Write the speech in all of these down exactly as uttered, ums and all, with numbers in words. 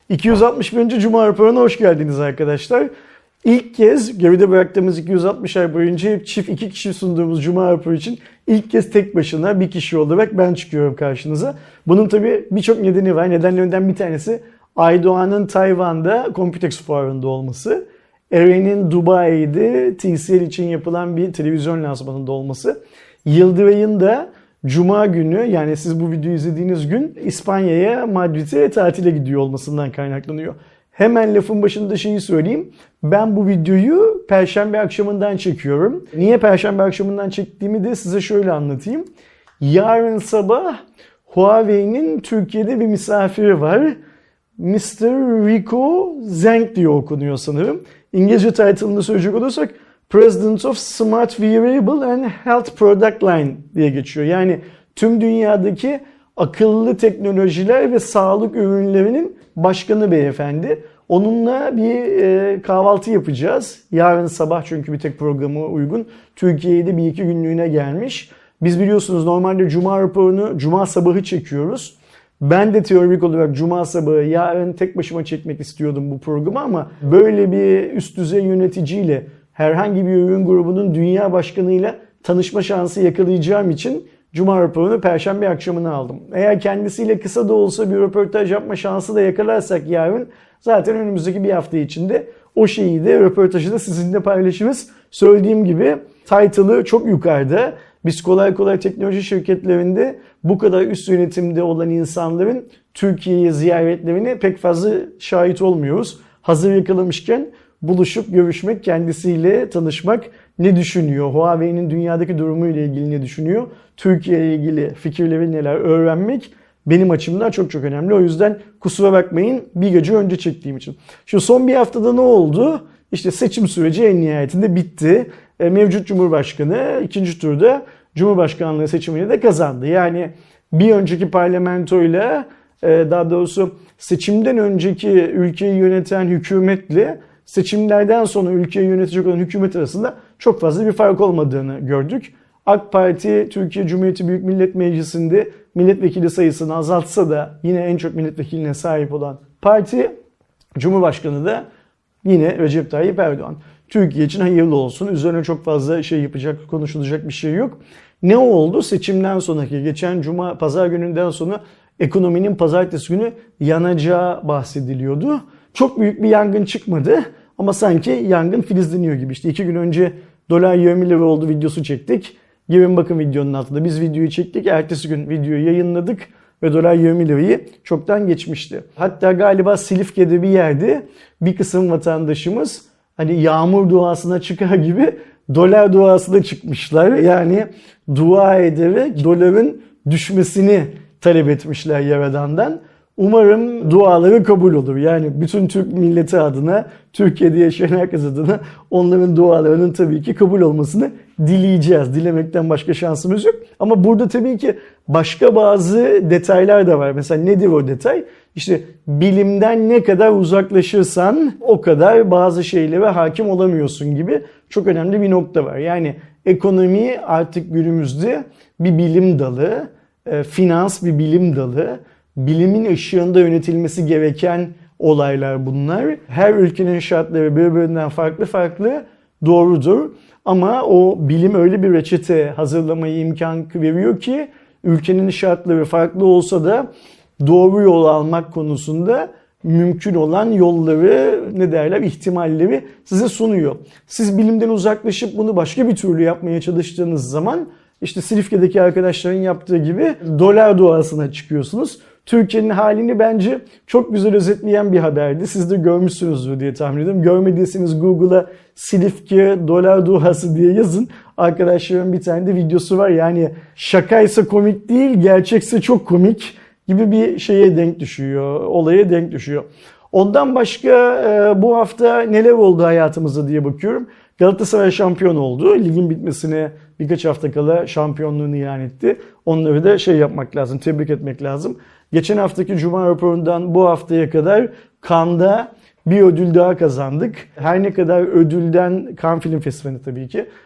iki yüz altmış birinci Cuma raporuna hoş geldiniz arkadaşlar. İlk kez geride bıraktığımız iki yüz altmış ay boyunca hep çift iki kişi sunduğumuz Cuma raporu için ilk kez tek başına bir kişi olarak ben çıkıyorum karşınıza. Bunun tabii birçok nedeni var. Nedenlerinden bir tanesi Aydoğan'ın Tayvan'da Computex fuarında olması. Eren'in Dubai'de T C L için yapılan bir televizyon lansmanında olması. Yıldıray'ın da Cuma günü, yani siz bu videoyu izlediğiniz gün İspanya'ya, Madrid'e tatile gidiyor olmasından kaynaklanıyor. Hemen lafın başında şeyi söyleyeyim. Ben bu videoyu Perşembe akşamından çekiyorum. Niye Perşembe akşamından çektiğimi de size şöyle anlatayım. Yarın sabah Huawei'nin Türkiye'de bir misafiri var. mister Rico Zheng diye okunuyor sanırım. İngilizce title'ını söyleyecek olursak President of Smart Wearable and Health Product Line diye geçiyor. Yani tüm dünyadaki akıllı teknolojiler ve sağlık ürünlerinin başkanı beyefendi. Onunla bir e, kahvaltı yapacağız. Yarın sabah, çünkü bir tek programı uygun. Türkiye'ye de bir iki günlüğüne gelmiş. Biz biliyorsunuz normalde Cuma raporunu Cuma sabahı çekiyoruz. Ben de teorik olarak Cuma sabahı yarın tek başıma çekmek istiyordum bu programı, ama böyle bir üst düzey yöneticiyle, herhangi bir ürün grubunun dünya başkanıyla tanışma şansı yakalayacağım için Cuma raporunu Perşembe akşamına aldım. Eğer kendisiyle kısa da olsa bir röportaj yapma şansı da yakalarsak yarın, zaten önümüzdeki bir hafta içinde o şeyi de, röportajı da sizinle paylaşırız. Söylediğim gibi title'ı çok yukarıda. Biz kolay kolay teknoloji şirketlerinde bu kadar üst yönetimde olan insanların Türkiye'ye ziyaretlerine pek fazla şahit olmuyoruz. Hazır yakalamışken buluşup görüşmek, kendisiyle tanışmak, ne düşünüyor, Huawei'nin dünyadaki durumuyla ilgili ne düşünüyor, Türkiye ile ilgili fikirleri neler öğrenmek benim açımdan çok çok önemli. O yüzden kusura bakmayın bir gece önce çektiğim için. Şimdi son bir haftada ne oldu? İşte seçim süreci en nihayetinde bitti. Mevcut Cumhurbaşkanı ikinci turda Cumhurbaşkanlığı seçimini de kazandı. Yani bir önceki parlamentoyla, daha doğrusu seçimden önceki ülkeyi yöneten hükümetle seçimlerden sonra ülkeyi yönetecek olan hükümet arasında çok fazla bir fark olmadığını gördük. AK Parti Türkiye Cumhuriyeti Büyük Millet Meclisi'nde milletvekili sayısını azaltsa da yine en çok milletvekiline sahip olan parti, Cumhurbaşkanı da yine Recep Tayyip Erdoğan. Türkiye için hayırlı olsun. Üzerine çok fazla şey yapacak, konuşulacak bir şey yok. Ne oldu? Seçimden sonraki, geçen Cuma, Pazar gününden sonra ekonominin Pazartesi günü yanacağı bahsediliyordu. Çok büyük bir yangın çıkmadı ama sanki yangın filizleniyor gibi. İşte iki gün önce dolar yirmi lira oldu videosu çektik. Girin bakın videonun altında. Biz videoyu çektik. Ertesi gün videoyu yayınladık ve dolar yirmi lirayı çoktan geçmişti. Hatta galiba Silifke'de bir yerde bir kısım vatandaşımız hani yağmur duasına çıkar gibi dolar duasına çıkmışlar. Yani dua ederek doların düşmesini talep etmişler Yaradan'dan. Umarım duaları kabul olur. Yani bütün Türk milleti adına, Türkiye'de yaşayan herkes adına onların dualarının tabii ki kabul olmasını dileyeceğiz. Dilemekten başka şansımız yok. Ama burada tabii ki başka bazı detaylar da var. Mesela nedir o detay? İşte bilimden ne kadar uzaklaşırsan o kadar bazı şeylere hakim olamıyorsun gibi çok önemli bir nokta var. Yani ekonomi artık günümüzde bir bilim dalı, finans bir bilim dalı. Bilimin ışığında yönetilmesi gereken olaylar bunlar. Her ülkenin şartları birbirinden farklı farklı, doğrudur. Ama o bilim öyle bir reçete hazırlamayı imkan veriyor ki ülkenin şartları farklı olsa da doğru yol almak konusunda mümkün olan yolları, ne derler, ihtimalleri size sunuyor. Siz bilimden uzaklaşıp bunu başka bir türlü yapmaya çalıştığınız zaman işte Silifke'deki arkadaşların yaptığı gibi dolar duasına çıkıyorsunuz. Türkiye'nin halini bence çok güzel özetleyen bir haberdi. Siz de görmüşsünüzdür diye tahmin ediyorum. Görmediyseniz Google'a Silifke dolar duası diye yazın. Arkadaşlarımın bir tane de videosu var. Yani şakaysa komik değil, gerçekse çok komik gibi bir şeye denk düşüyor. Olaya denk düşüyor. Ondan başka bu hafta neler oldu hayatımızda diye bakıyorum. Galatasaray şampiyon oldu. Ligin bitmesine birkaç hafta kala şampiyonluğunu ilan etti. Onları da şey yapmak lazım, tebrik etmek lazım. Geçen haftaki Cuma raporundan bu haftaya kadar Cannes'da bir ödül daha kazandık. Her ne kadar ödülden, Cannes Film Festivali tabii ki,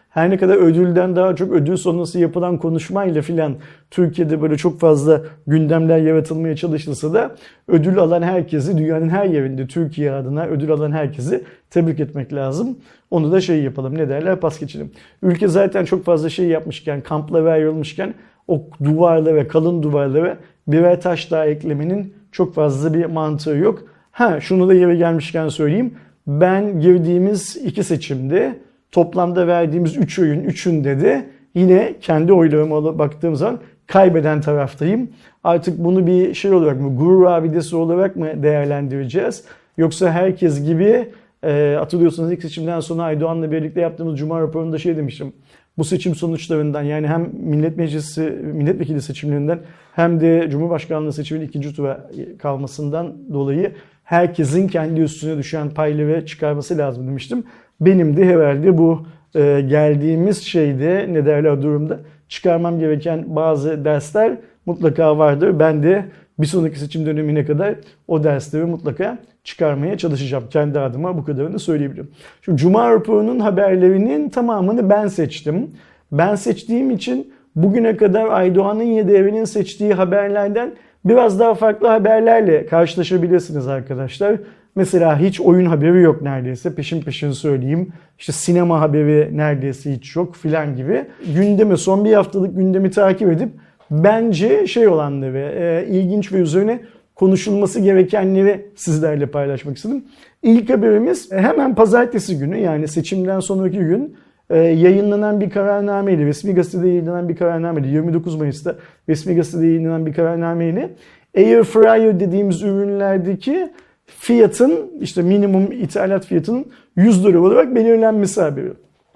Her ne kadar ödülden daha çok ödül sonrası yapılan konuşmayla filan Türkiye'de böyle çok fazla gündemler yaratılmaya çalışılsa da ödül alan herkesi, dünyanın her yerinde Türkiye adına ödül alan herkesi tebrik etmek lazım. Onu da şey yapalım, ne derler, pas geçelim. Ülke zaten çok fazla şey yapmışken, kamplara ayrılmışken o duvarlara, kalın duvarlara birer taş daha eklemenin çok fazla bir mantığı yok. Ha, şunu da yeri gelmişken söyleyeyim. Ben girdiğimiz iki seçimde toplamda verdiğimiz üç oyun üçünde de yine kendi oylarıma baktığım zaman kaybeden taraftayım. Artık bunu bir şey olarak mı, gurur abidesi olarak mı değerlendireceğiz? Yoksa herkes gibi e, hatırlıyorsanız ilk seçimden sonra Aydoğan'la birlikte yaptığımız Cuma raporunda şey demiştim. Bu seçim sonuçlarından, yani hem Millet Meclisi, milletvekili seçimlerinden hem de Cumhurbaşkanlığı seçiminin ikinci tura kalmasından dolayı herkesin kendi üstüne düşen payları çıkarması lazım demiştim. Benim de herhalde bu e, geldiğimiz şeyde, ne derler, durumda çıkarmam gereken bazı dersler mutlaka vardır. Ben de bir sonraki seçim dönemine kadar o dersleri mutlaka çıkarmaya çalışacağım. Kendi adıma bu kadarını söyleyebilirim. Şimdi Cuma raporunun haberlerinin tamamını ben seçtim. Ben seçtiğim için bugüne kadar Aydoğan'ın ya da Evren'in seçtiği haberlerden biraz daha farklı haberlerle karşılaşabilirsiniz arkadaşlar. Mesela hiç oyun haberi yok neredeyse. Peşin peşin söyleyeyim. İşte sinema haberi neredeyse hiç yok filan gibi. Gündemi, son bir haftalık gündemi takip edip bence şey olanları, e, ilginç ve üzerine konuşulması gerekenleri sizlerle paylaşmak istedim. İlk haberimiz hemen pazartesi günü, yani seçimden sonraki gün e, yayınlanan bir kararnameyle, resmi gazetede yayınlanan bir kararnameyle, yirmi dokuz Mayıs'ta resmi gazetede yayınlanan bir kararnameyle Air Fryer dediğimiz ürünlerdeki fiyatın, işte minimum ithalat fiyatının yüz dolar olarak belirlenmesi haberi.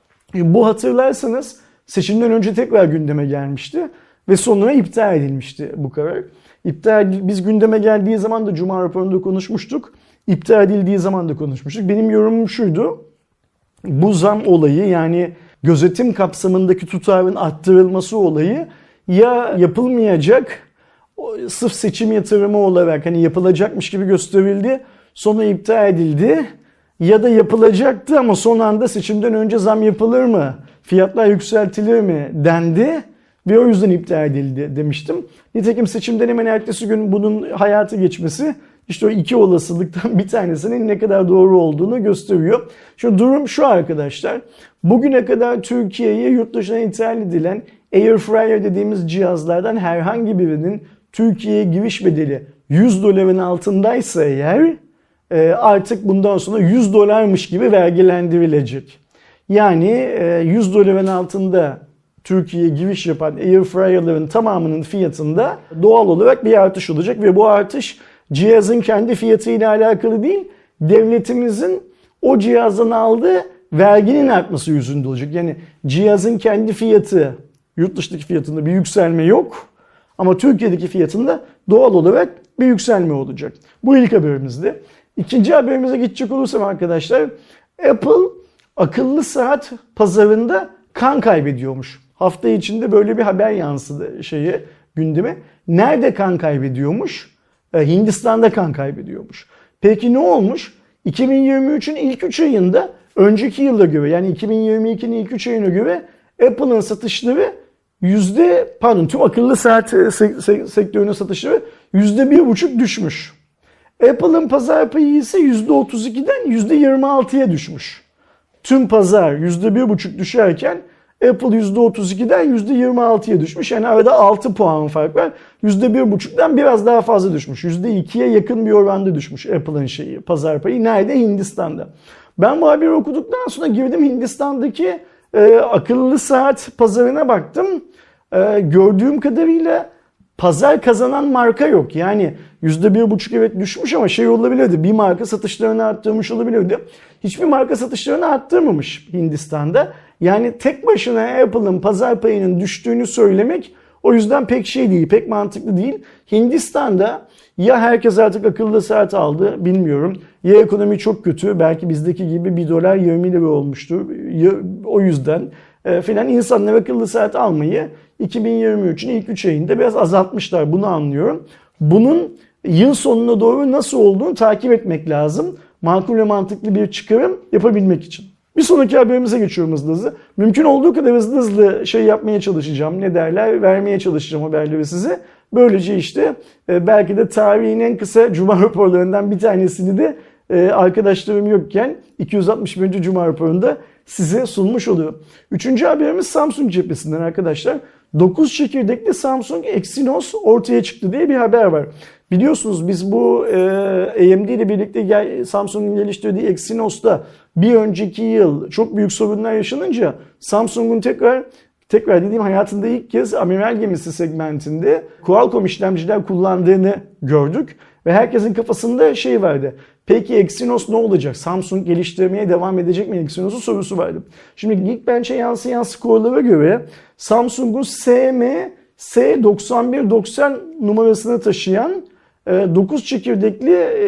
Bu, hatırlarsanız, seçimden önce tekrar gündeme gelmişti ve sonra iptal edilmişti bu karar. İptal, biz gündeme geldiği zaman da Cuma raporunda konuşmuştuk. İptal edildiği zaman da konuşmuştuk. Benim yorumum şuydu. Bu zam olayı, yani gözetim kapsamındaki tutarın arttırılması olayı ya yapılmayacak, sırf seçim yatırımı olarak hani yapılacakmış gibi gösterildi, sonra iptal edildi, ya da yapılacaktı ama son anda seçimden önce zam yapılır mı, fiyatlar yükseltilir mi dendi ve o yüzden iptal edildi demiştim. Nitekim seçimden hemen ertesi gün bunun hayata geçmesi işte o iki olasılıktan bir tanesinin ne kadar doğru olduğunu gösteriyor. Şu durum şu arkadaşlar. Bugüne kadar Türkiye'ye yurt dışına ithal edilen Air Fryer dediğimiz cihazlardan herhangi birinin Türkiye'ye giriş bedeli yüz doların altındaysa eğer artık bundan sonra yüz dolarmış gibi vergilendirilecek. Yani yüz doların altında Türkiye'ye giriş yapan Air Fryer'ların tamamının fiyatında doğal olarak bir artış olacak ve bu artış cihazın kendi fiyatıyla alakalı değil, devletimizin o cihazdan aldığı verginin artması yüzünde olacak. Yani cihazın kendi fiyatı, yurt dışındaki fiyatında bir yükselme yok ama Türkiye'deki fiyatında doğal olarak bir yükselme olacak. Bu ilk haberimizdi. İkinci haberimize geçecek olursam arkadaşlar, Apple akıllı saat pazarında kan kaybediyormuş. Hafta içinde böyle bir haber yansıdı şeye, gündeme. Nerede kan kaybediyormuş? Hindistan'da kan kaybediyormuş. Peki ne olmuş? iki bin yirmi üçün ilk üç ayında önceki yıla göre, yani iki bin yirmi ikinin ilk üç ayına göre Apple'ın satışları yüzde pardon tüm akıllı saat sektörünün satışları yüzde bir buçuk düşmüş. Apple'ın pazar payı ise yüzde otuz ikiden yüzde yirmi altıya düşmüş. Tüm pazar yüzde bir buçuk düşerken Apple yüzde otuz ikiden yüzde yirmi altıya düşmüş. Yani arada altı puan fark var. yüzde bir buçuktan biraz daha fazla düşmüş. yüzde ikiye yakın bir oranda düşmüş Apple'ın şeyi, pazar payı. Nerede? Hindistan'da. Ben bu haberi okuduktan sonra girdim Hindistan'daki e, akıllı saat pazarına baktım. E, gördüğüm kadarıyla pazar kazanan marka yok. Yani yüzde bir buçuk evet düşmüş ama şey olabilirdi. Bir marka satışlarını arttırmış olabilirdi. Hiçbir marka satışlarını arttırmamış Hindistan'da. Yani tek başına Apple'ın pazar payının düştüğünü söylemek o yüzden pek şey değil, pek mantıklı değil. Hindistan'da ya herkes artık akıllı saat aldı bilmiyorum. Ya ekonomi çok kötü, belki bizdeki gibi bir dolar yirmi lira olmuştur. O yüzden e, filan insanlar akıllı saat almayı iki bin yirmi üçün ilk üç ayında biraz azaltmışlar, bunu anlıyorum. Bunun yıl sonuna doğru nasıl olduğunu takip etmek lazım. Makul ve mantıklı bir çıkarım yapabilmek için. Bir sonraki haberimize geçiyorum hızlı hızlı. Mümkün olduğu kadar hızlı hızlı şey yapmaya çalışacağım. Ne derler? Vermeye çalışacağım haberleri size. Böylece işte belki de tarihin en kısa Cuma raporlarından bir tanesini de arkadaşlarım yokken iki yüz altmış birinci Cuma raporunda size sunmuş oluyor. Üçüncü haberimiz Samsung cephesinden arkadaşlar. dokuz çekirdekli Samsung Exynos ortaya çıktı diye bir haber var. Biliyorsunuz biz bu e, A M D ile birlikte gel, Samsung'un geliştirdiği Exynos'ta bir önceki yıl çok büyük sorunlar yaşanınca Samsung'un tekrar tekrar dediğim hayatında ilk kez amiral gemisi segmentinde Qualcomm işlemciler kullandığını gördük. Ve herkesin kafasında şey vardı. Peki Exynos ne olacak? Samsung geliştirmeye devam edecek mi Exynos'u sorusu vardı. Şimdi Geekbench'e yansıyan skorlara göre Samsung'un S M S doksan bir doksan numarasını taşıyan dokuz çekirdekli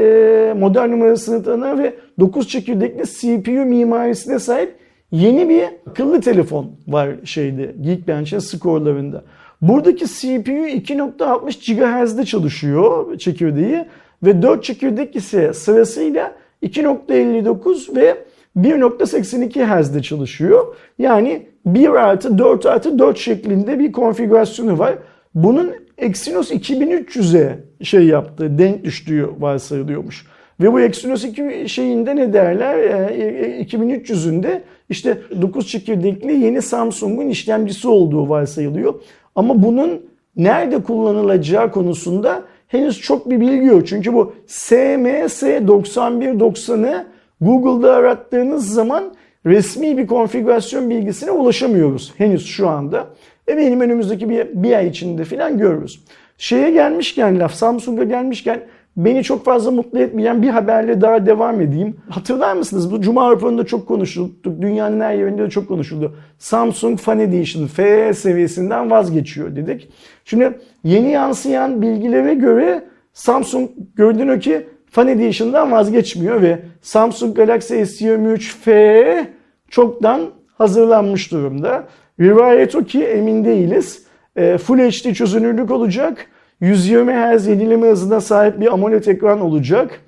model numarasını tanıyan ve dokuz çekirdekli C P U mimarisine sahip yeni bir akıllı telefon var şeyde Geekbench'in skorlarında. Buradaki C P U iki nokta altmış gigahertz'de çalışıyor çekirdeği ve dört çekirdek ise sırasıyla iki nokta elli dokuz ve bir nokta seksen iki hertz'de çalışıyor. Yani bir artı dört artı dört şeklinde bir konfigürasyonu var. Bunun Exynos iki bin üç yüze şey yaptığı, denk düştüğü varsayılıyormuş. Ve bu Exynos iki şeyinde ne derler? iki bin üç yüzünde işte dokuz çekirdekli yeni Samsung'un işlemcisi olduğu varsayılıyor. Ama bunun nerede kullanılacağı konusunda henüz çok bir bilgi yok. Çünkü bu S M S doksan bir doksanı Google'da arattığınız zaman resmi bir konfigürasyon bilgisine ulaşamıyoruz henüz şu anda. Eminim önümüzdeki bir, bir ay içinde falan görürüz. Şeye gelmişken laf, Samsung'a gelmişken beni çok fazla mutlu etmeyen bir haberle daha devam edeyim. Hatırlar mısınız? Bu Cuma raporunda çok konuşulduk. Dünyanın her yerinde de çok konuşuldu. Samsung Fan Edition F E seviyesinden vazgeçiyor dedik. Şimdi yeni yansıyan bilgilere göre Samsung gördüğünüz ki Fan Edition'dan vazgeçmiyor ve Samsung Galaxy S yirmi üç F E çoktan hazırlanmış durumda. Rivayet o ki emin değiliz. Full H D çözünürlük olacak. yüz yirmi hertz yenileme hızına sahip bir AMOLED ekran olacak.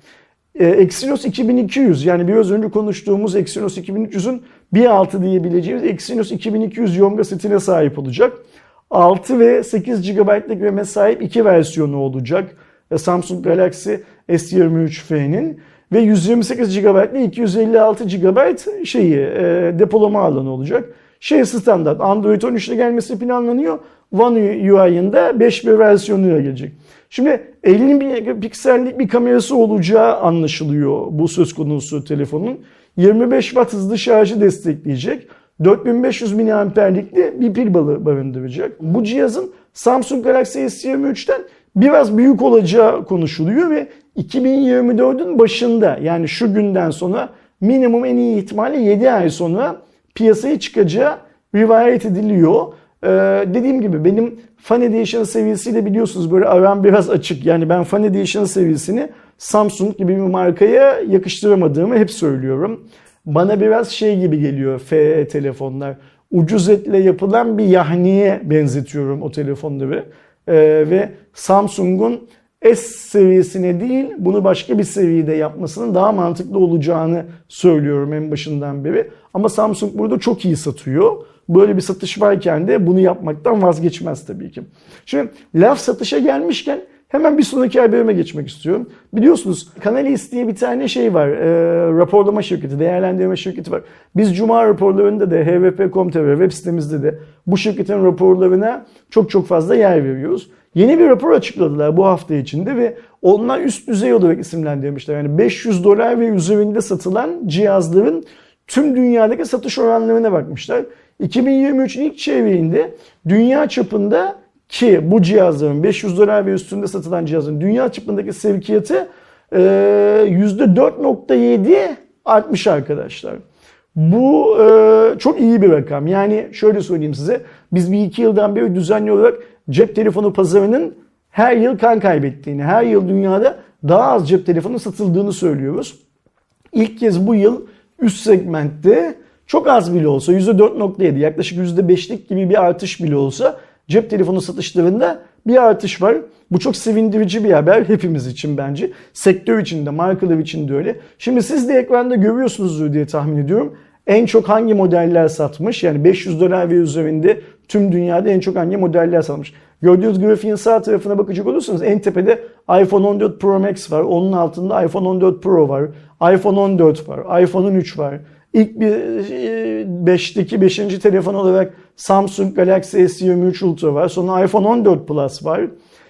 Exynos iki bin iki yüz yani biraz önce konuştuğumuz Exynos iki bin üç yüzün bir altı diyebileceğimiz Exynos iki bin iki yüz yonga setine sahip olacak. altı ve sekiz gigabaytlık RAM'e sahip iki versiyonu olacak. Samsung Galaxy S yirmi üç F'nin ve yüz yirmi sekiz gigabayt ile iki yüz elli altı gigabayt şeyi depolama alanı olacak. Şey standart Android on üç ile gelmesi planlanıyor. One U I'ın da beş bir versiyonuyla gelecek. Şimdi elli piksellik bir kamerası olacağı anlaşılıyor bu söz konusu telefonun. yirmi beş watt hızlı şarjı destekleyecek. dört bin beş yüz miliamperlikli bir pil balı barındıracak. Bu cihazın Samsung Galaxy S yirmi üçten biraz büyük olacağı konuşuluyor ve iki bin yirmi dördün başında yani şu günden sonra minimum en iyi ihtimalle yedi ay sonra piyasaya çıkacağı rivayet ediliyor. Ee, dediğim gibi benim Fan Edition seviyesiyle biliyorsunuz böyle aram biraz açık. Yani ben Fan Edition seviyesini Samsung gibi bir markaya yakıştıramadığımı hep söylüyorum. Bana biraz şey gibi geliyor F E telefonlar. Ucuz etle yapılan bir yahniye benzetiyorum o telefonları. Ee, ve Samsung'un S seviyesine değil bunu başka bir seviyede yapmasının daha mantıklı olacağını söylüyorum en başından beri. Ama Samsung burada çok iyi satıyor. Böyle bir satış varken de bunu yapmaktan vazgeçmez tabii ki. Şimdi laf satışa gelmişken hemen bir sonraki haberime geçmek istiyorum. Biliyorsunuz Canalys diye bir tane şey var. E, raporlama şirketi, değerlendirme şirketi var. Biz Cuma raporlarında da h v p nokta com nokta t r web sitemizde de bu şirketin raporlarına çok çok fazla yer veriyoruz. Yeni bir rapor açıkladılar bu hafta içinde ve onlar üst düzey olarak isimlendirmişler. Yani beş yüz dolar ve üzerinde satılan cihazların tüm dünyadaki satış oranlarına bakmışlar. iki bin yirmi üçün ilk çeyreğinde dünya çapında ki bu cihazların beş yüz dolar ve üstünde satılan cihazın dünya çapındaki sevkiyatı yüzde dört nokta yedi artmış arkadaşlar. Bu çok iyi bir rakam. Yani şöyle söyleyeyim size. Biz bir iki yıldan beri düzenli olarak cep telefonu pazarının her yıl kan kaybettiğini, her yıl dünyada daha az cep telefonu satıldığını söylüyoruz. İlk kez bu yıl üst segmentte çok az bile olsa yüzde dört nokta yedi yaklaşık yüzde beşlik gibi bir artış bile olsa cep telefonu satışlarında bir artış var. Bu çok sevindirici bir haber hepimiz için bence. Sektör için de markalar için de öyle. Şimdi siz de ekranda görüyorsunuzdur diye tahmin ediyorum. en çok hangi modeller satmış? Yani beş yüz dolar ve üzerinde tüm dünyada en çok hangi modeller satmış? Gördüğünüz grafiğin sağ tarafına bakacak olursanız en tepede iPhone on dört Pro Max var. Onun altında iPhone on dört Pro var. iPhone on dört var. iPhone on üç var. İlk bir beşteki beşinci telefon olarak Samsung Galaxy S yirmi üç Ultra var. Sonra iPhone on dört Plus var.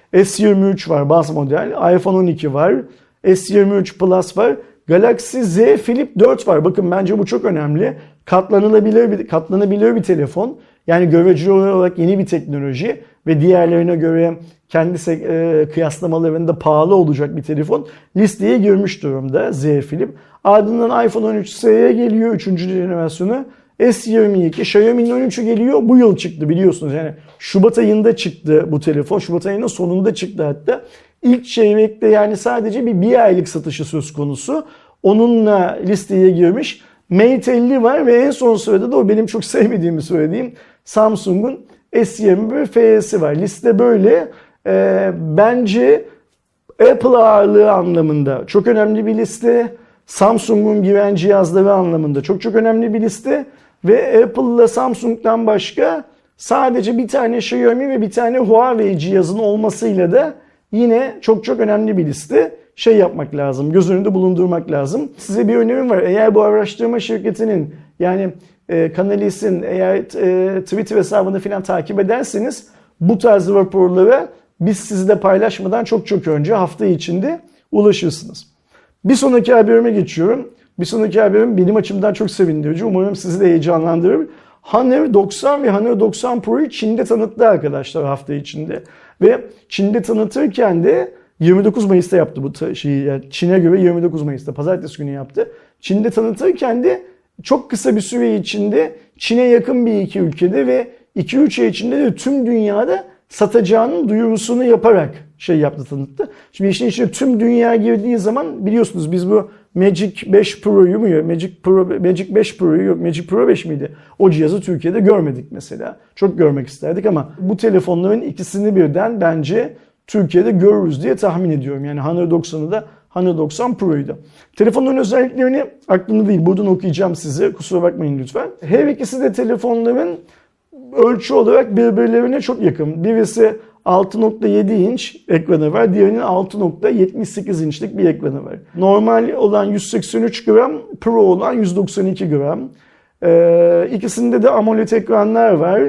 S yirmi üç var baz model. iPhone on iki var. S yirmi üç Plus var. Galaxy Z Flip dört var. Bakın bence bu çok önemli. Katlanabilir bir, katlanabilir bir telefon. Yani göreceli olarak yeni bir teknoloji ve diğerlerine göre kendi e, kıyaslamalarında pahalı olacak bir telefon listeye girmiş durumda Z Flip. Ardından iPhone on üç S'ye geliyor üçüncü jenerasyonu. S yirmi iki, Xiaomi'nin on üçü geliyor. Bu yıl çıktı biliyorsunuz. Yani Şubat ayında çıktı bu telefon. Şubat ayının sonunda çıktı hatta. İlk çeyrekte yani sadece bir, bir aylık satışı söz konusu. Onunla listeye girmiş. Mate elli var ve en son sırada da o benim çok sevmediğimi söylediğim Samsung'un S yirmi bir F'si var. Liste böyle. Ee, bence Apple ağırlığı anlamında çok önemli bir liste. Samsung'un güven cihazları anlamında çok çok önemli bir liste. Ve Apple'la Samsung'dan başka sadece bir tane Xiaomi ve bir tane Huawei cihazın olmasıyla da yine çok çok önemli bir liste. Şey yapmak lazım, göz önünde bulundurmak lazım. Size bir önerim var. Eğer bu araştırma şirketinin yani e, Canalis'in eğer e, Twitter hesabını falan takip ederseniz bu tarz raporlara biz sizle paylaşmadan çok çok önce hafta içinde ulaşırsınız. Bir sonraki haberime geçiyorum. Bir sonraki haberim benim açımdan çok sevindirici. Umarım sizi de heyecanlandırır. Honor doksan ve Honor doksan Pro'yu Çin'de tanıttı arkadaşlar hafta içinde. Ve Çin'de tanıtırken de yirmi dokuz Mayıs'ta yaptı bu şeyi. Yani Çin'e göre yirmi dokuz Mayıs'ta pazartesi günü yaptı. Çin'de tanıtırken de çok kısa bir süre içinde Çin'e yakın bir iki ülkede ve iki üç ay içinde de tüm dünyada satacağının duyurusunu yaparak şey yaptı, tanıttı. Şimdi işin içine tüm dünya girdiği zaman biliyorsunuz biz bu Magic beş Pro'yu mu Magic Pro Magic beş Pro'yu yok Magic Pro beş miydi? O cihazı Türkiye'de görmedik mesela. Çok görmek isterdik ama bu telefonların ikisini birden bence Türkiye'de görürüz diye tahmin ediyorum. Yani Honor doksanı da Honor doksan Pro'yu da. Telefonların özelliklerini aklımda değil. Buradan okuyacağım size. Kusura bakmayın lütfen. Her ikisi de telefonların ölçü olarak birbirlerine çok yakın. Birisi altı nokta yedi inç ekranı var. Diğerinin altı nokta yetmiş sekiz inçlik bir ekranı var. Normal olan yüz seksen üç gram, Pro olan yüz doksan iki gram. Ee, ikisinde de AMOLED ekranlar var.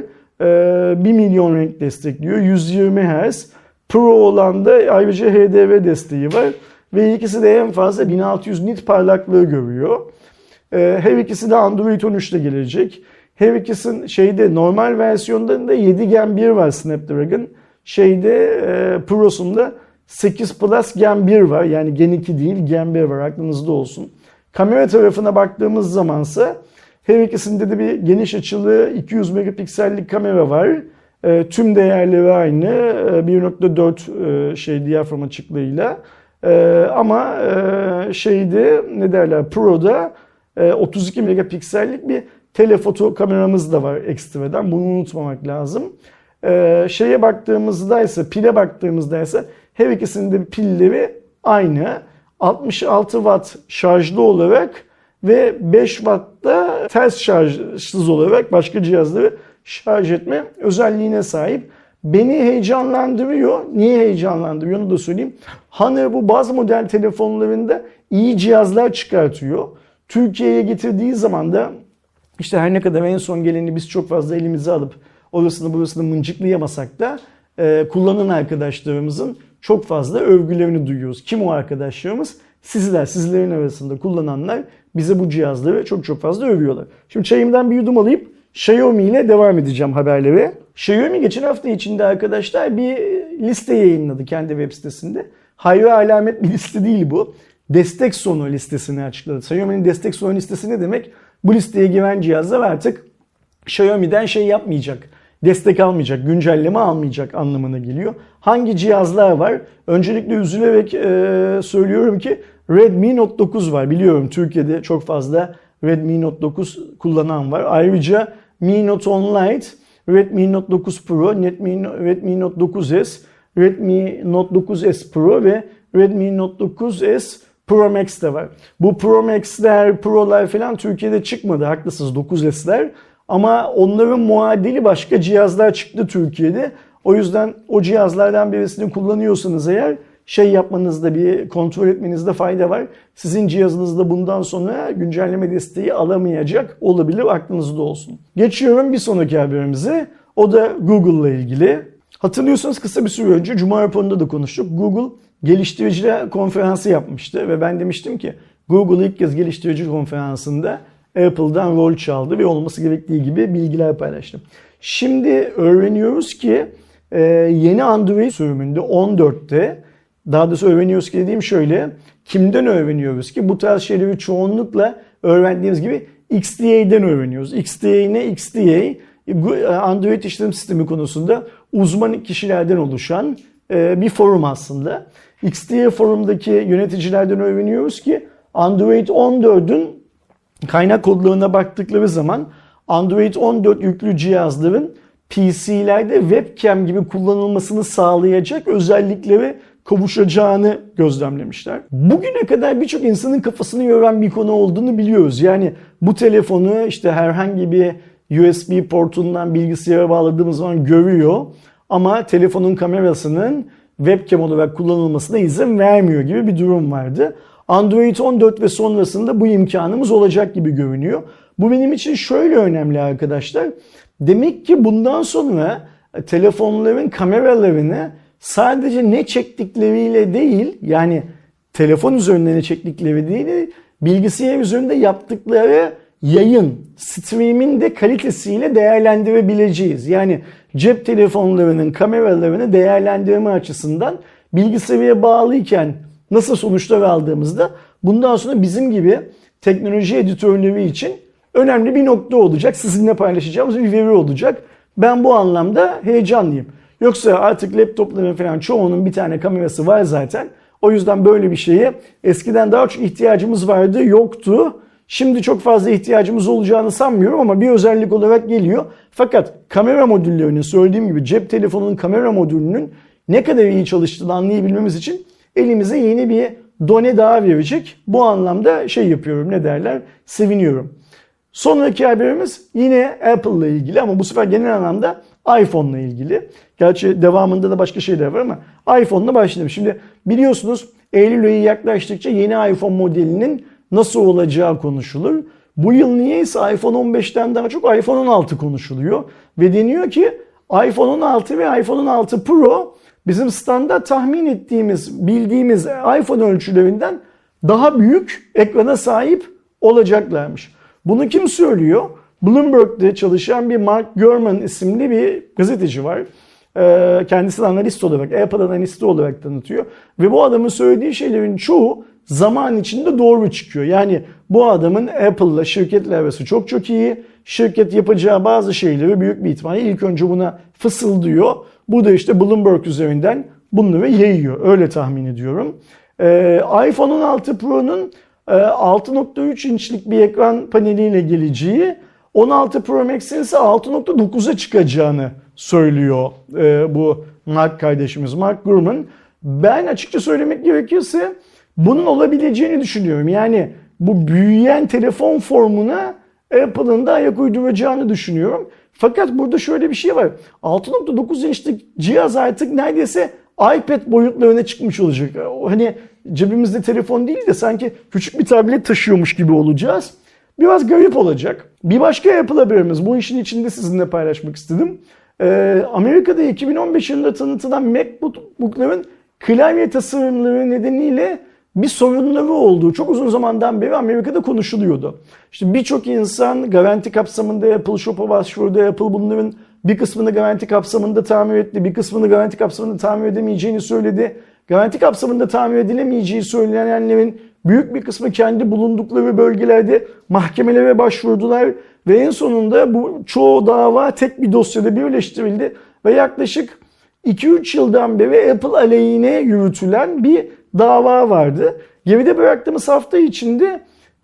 Ee, bir milyon renk destekliyor. yüz yirmi hertz. Pro olan da ayrıca H D R desteği var. Ve ikisi de en fazla bin altı yüz nit parlaklığı görüyor. Ee, her ikisi de Android on üç ile gelecek. Her ikisinin şeyde normal versiyonlarında da yedi Gen bir var Snapdragon. Şeyde e, Pro'sunda sekiz Plus Gen bir var. Yani Gen iki değil Gen bir var, aklınızda olsun. Kamera tarafına baktığımız zamansa her ikisinde de bir geniş açılı iki yüz megapiksellik kamera var. E, tüm değerleri aynı. E, bir nokta dört e, şey diyafram açıklığıyla. E, ama e, şeyde ne derler Pro'da e, otuz iki megapiksellik bir telefoto kameramız da var ekstradan. Bunu unutmamak lazım. Ee, şeye baktığımızda ise, pile baktığımızda ise her ikisinin de pilleri aynı. altmış altı watt şarjlı olarak ve beş watt'ta ters şarjsız olarak başka cihazları şarj etme özelliğine sahip. Beni heyecanlandırıyor. Niye heyecanlandırıyor onu da söyleyeyim. Honor bu bazı model telefonlarında iyi cihazlar çıkartıyor. Türkiye'ye getirdiği zaman da İşte her ne kadar en son geleni biz çok fazla elimize alıp orasını burasını mıncıklayamasak da e, kullanan arkadaşlarımızın çok fazla övgülerini duyuyoruz. Kim o arkadaşlarımız? Sizler, sizlerin arasında kullananlar bize bu cihazları çok çok fazla övüyorlar. Şimdi çayımdan bir yudum alayıp Xiaomi ile devam edeceğim haberlere. Xiaomi geçen hafta içinde arkadaşlar bir liste yayınladı kendi web sitesinde. Hayra alamet bir liste değil bu. Destek sonu listesini açıkladı. Xiaomi'nin destek sonu listesi ne demek? Bu listeye giren cihazlar artık Xiaomi'den şey yapmayacak, destek almayacak, güncelleme almayacak anlamına geliyor. Hangi cihazlar var? Öncelikle üzülerek e, söylüyorum ki Redmi Note dokuz var. Biliyorum Türkiye'de çok fazla Redmi Note dokuz kullanan var. Ayrıca Mi Note on Lite, Redmi Note dokuz Pro, Redmi, Redmi Note dokuz S, Redmi Note dokuz S Pro ve Redmi Note dokuz S Pro Max de var. Bu Pro Max'ler, Pro'lar falan Türkiye'de çıkmadı. Haklısınız, dokuz S'ler. Ama onların muadili başka cihazlar çıktı Türkiye'de. O yüzden o cihazlardan birisini kullanıyorsanız eğer şey yapmanızda, bir kontrol etmenizde fayda var. Sizin cihazınızda bundan sonra güncelleme desteği alamayacak olabilir, aklınızda olsun. Geçiyorum bir sonraki haberimize. O da Google'la ilgili. Hatırlıyorsanız kısa bir süre önce Cuma raporunda da konuştuk. Google geliştiriciler konferansı yapmıştı ve ben demiştim ki Google ilk kez geliştirici konferansında Apple'dan rol çaldı ve olması gerektiği gibi bilgiler paylaştı. Şimdi öğreniyoruz ki yeni Android sürümünde on dörtte, daha doğrusu öğreniyoruz ki dediğim şöyle, kimden öğreniyoruz ki bu tarz şeyleri çoğunlukla öğrendiğimiz gibi X D A'den öğreniyoruz. X D A ne? X D A Android işletim sistemi konusunda uzman kişilerden oluşan bir forum aslında. X D A forumdaki yöneticilerden öğreniyoruz ki Android on dördün kaynak kodlarına baktıkları zaman Android on dört yüklü cihazların P C'lerde webcam gibi kullanılmasını sağlayacak özellikleri kavuşacağını gözlemlemişler. Bugüne kadar birçok insanın kafasını yoran bir konu olduğunu biliyoruz. Yani bu telefonu işte herhangi bir U S B portundan bilgisayara bağladığımız zaman görüyor ama telefonun kamerasının webcam olarak kullanılmasına izin vermiyor gibi bir durum vardı. Android on dört ve sonrasında bu imkanımız olacak gibi görünüyor. Bu benim için şöyle önemli arkadaşlar. Demek ki bundan sonra telefonların kameralarını sadece ne çektikleriyle değil, yani telefon üzerinde ne çektikleri değil, bilgisayar üzerinde yaptıkları yayın, stream'in de kalitesiyle değerlendirebileceğiz. Yani cep telefonlarının kameralarını değerlendirme açısından bilgisayara bağlıyken nasıl sonuçlar aldığımızda bundan sonra bizim gibi teknoloji editörleri için önemli bir nokta olacak. Sizinle paylaşacağımız bir veri olacak. Ben bu anlamda heyecanlıyım. Yoksa artık laptopların falan çoğunun bir tane kamerası var zaten. O yüzden böyle bir şeye eskiden daha çok ihtiyacımız vardı, yoktu. Şimdi çok fazla ihtiyacımız olacağını sanmıyorum ama bir özellik olarak geliyor. Fakat kamera modüllerinin, söylediğim gibi cep telefonunun kamera modülünün ne kadar iyi çalıştığını anlayabilmemiz için elimize yeni bir done daha verecek. Bu anlamda şey yapıyorum, ne derler, seviniyorum. Sonraki haberimiz yine Apple'la ilgili ama bu sefer genel anlamda iPhone'la ilgili. Gerçi devamında da başka şeyler var ama iPhone'la başlayalım. Şimdi biliyorsunuz Eylül ayı yaklaştıkça yeni iPhone modelinin nasıl olacağı konuşulur. Bu yıl niyeyse iPhone on beşten daha çok iPhone on altı konuşuluyor. Ve deniyor ki iPhone on altı ve iPhone on altı Pro bizim standart tahmin ettiğimiz, bildiğimiz iPhone ölçülerinden daha büyük ekrana sahip olacaklarmış. Bunu kim söylüyor? Bloomberg'de çalışan bir Mark Gurman isimli bir gazeteci var. Kendisini analist olarak, Apple analisti olarak tanıtıyor. Ve bu adamın söylediği şeylerin çoğu zaman içinde doğru çıkıyor. Yani bu adamın Apple'la şirketle arası çok çok iyi. Şirket yapacağı bazı şeyleri büyük bir ihtimalle ilk önce buna fısıldıyor. Bu da işte Bloomberg üzerinden bunları yayıyor. Öyle tahmin ediyorum. Ee, iPhone on altı Pro'nun altı nokta üç inçlik bir ekran paneliyle geleceği, on altı Pro Max'in ise altı nokta dokuza çıkacağını söylüyor e, bu Mark kardeşimiz, Mark Gurman. Ben açıkça söylemek gerekirse bunun olabileceğini düşünüyorum. Yani bu büyüyen telefon formuna Apple'ın da ayak uyduracağını düşünüyorum. Fakat burada şöyle bir şey var. altı nokta dokuz inçlik cihaz artık neredeyse iPad boyutlarına çıkmış olacak. Hani cebimizde telefon değil de sanki küçük bir tablet taşıyormuş gibi olacağız. Biraz garip olacak. Bir başka Apple haberimiz. Bu işin içinde sizinle paylaşmak istedim. Ee, Amerika'da iki bin on beş yılında tanıtılan MacBook'ların klavye tasarımları nedeniyle bir sorunları olduğu çok uzun zamandan beri Amerika'da konuşuluyordu. İşte birçok insan garanti kapsamında Apple Shop'a başvurdu. Apple bunların bir kısmını garanti kapsamında tamir etti, bir kısmını garanti kapsamında tamir edemeyeceğini söyledi. Garanti kapsamında tamir edilemeyeceği söylenenlerin büyük bir kısmı kendi bulundukları bölgelerde mahkemelere başvurdular ve en sonunda bu çoğu dava tek bir dosyada birleştirildi ve yaklaşık iki üç yıldan beri Apple aleyhine yürütülen bir dava vardı. Geride bıraktığımız hafta içinde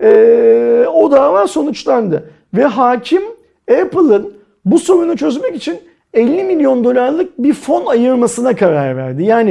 ee, o dava sonuçlandı ve hakim Apple'ın bu sorunu çözmek için elli milyon dolarlık bir fon ayırmasına karar verdi. Yani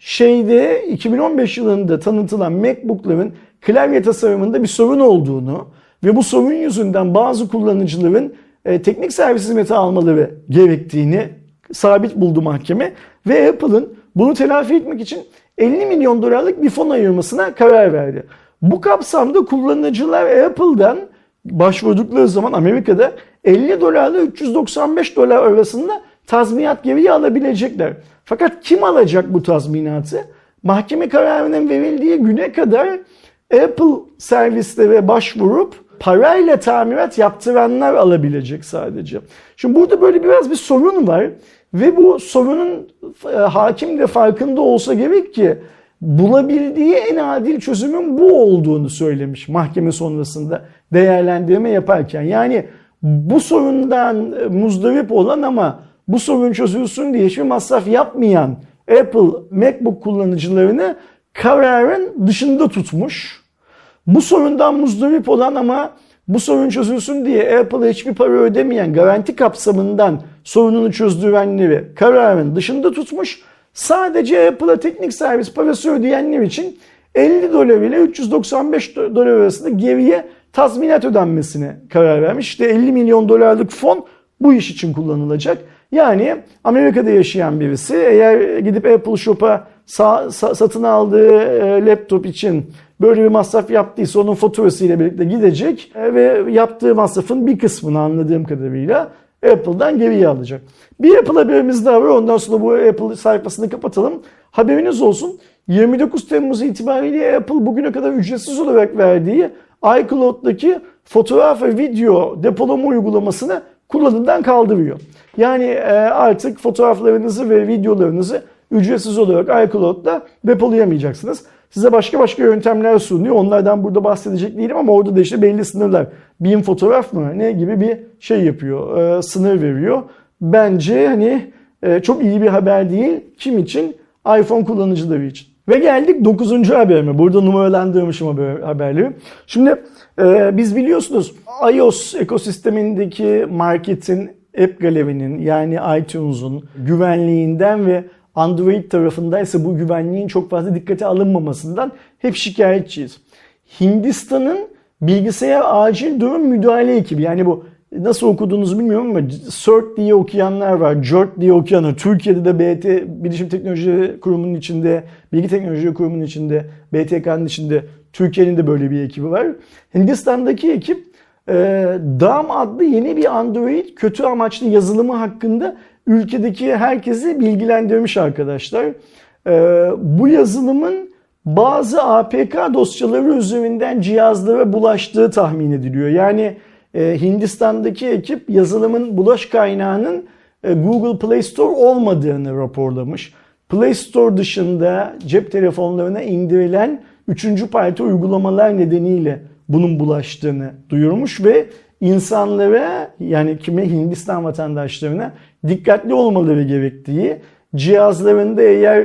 şeyde iki bin on beş yılında tanıtılan MacBook'ların klavye tasarımında bir sorun olduğunu ve bu sorun yüzünden bazı kullanıcıların e, teknik servis hizmeti almaları gerektiğini sabit buldu mahkeme ve Apple'ın bunu telafi etmek için elli milyon dolarlık bir fon ayırmasına karar verdi. Bu kapsamda kullanıcılar Apple'dan başvurdukları zaman Amerika'da elli dolarla üç yüz doksan beş dolar arasında tazminat geriye alabilecekler. Fakat kim alacak bu tazminatı? Mahkeme kararının verildiği güne kadar Apple servislere başvurup parayla tamirat yaptıranlar alabilecek sadece. Şimdi burada böyle biraz bir sorun var ve bu sorunun e, hakim de farkında olsa gerek ki bulabildiği en adil çözümün bu olduğunu söylemiş mahkeme sonrasında değerlendirme yaparken. Yani bu sorundan muzdarip olan ama bu sorun çözülsün diye hiçbir masraf yapmayan Apple MacBook kullanıcılarını kararın dışında tutmuş. Bu sorundan muzdarip olan ama bu sorun çözülsün diye Apple'a hiçbir para ödemeyen garanti kapsamından sorununu çözdürenleri kararın dışında tutmuş. Sadece Apple'a teknik servis parası ödeyenler için elli dolar ile üç yüz doksan beş dolar arasında geriye tazminat ödenmesine karar vermiş. İşte elli milyon dolarlık fon bu iş için kullanılacak. Yani Amerika'da yaşayan birisi eğer gidip Apple Shop'a sa- sa- satın aldığı e, laptop için böyle bir masraf yaptıysa onun faturasıyla birlikte gidecek e, ve yaptığı masrafın bir kısmını anladığım kadarıyla Apple'dan geriye alacak. Bir Apple haberimiz daha var. Ondan sonra bu Apple sayfasını kapatalım. Haberiniz olsun. yirmi dokuz Temmuz itibariyle Apple bugüne kadar ücretsiz olarak verdiği iCloud'daki fotoğraf ve video depolama uygulamasını kullanımdan kaldırıyor. Yani artık fotoğraflarınızı ve videolarınızı ücretsiz olarak iCloud'da depolayamayacaksınız. Size başka başka yöntemler sunuyor. Onlardan burada bahsedecek değilim ama orada da işte belli sınırlar. Bin fotoğraf mı ne gibi bir şey yapıyor, e, sınır veriyor. Bence hani e, çok iyi bir haber değil. Kim için? iPhone kullanıcıları için. Ve geldik dokuzuncu haberime. Burada numaralandırmışım haber, haberleri. Şimdi e, biz biliyorsunuz iOS ekosistemindeki marketin, App Gallery'nin yani iTunes'un güvenliğinden ve Android tarafındaysa bu güvenliğin çok fazla dikkate alınmamasından hep şikayetçiyiz. Hindistan'ın bilgisayar acil durum müdahale ekibi, yani bu nasıl okuduğunuzu bilmiyorum ama C E R T diye okuyanlar var, C E R T diye okuyanlar. Türkiye'de de B T, Bilişim Teknolojileri Kurumu'nun içinde, Bilgi Teknolojileri Kurumu'nun içinde, B T K'nın içinde Türkiye'nin de böyle bir ekibi var. Hindistan'daki ekip e, D A M adlı yeni bir Android kötü amaçlı yazılımı hakkında ülkedeki herkesi bilgilendirmiş arkadaşlar. Ee, bu yazılımın bazı A P K dosyaları üzerinden cihazlara bulaştığı tahmin ediliyor. Yani e, Hindistan'daki ekip yazılımın bulaş kaynağının e, Google Play Store olmadığını raporlamış. Play Store dışında cep telefonlarına indirilen üçüncü parti uygulamalar nedeniyle bunun bulaştığını duyurmuş ve insanlara, yani kime, Hindistan vatandaşlarına dikkatli olmaları gerektiği, cihazlarında eğer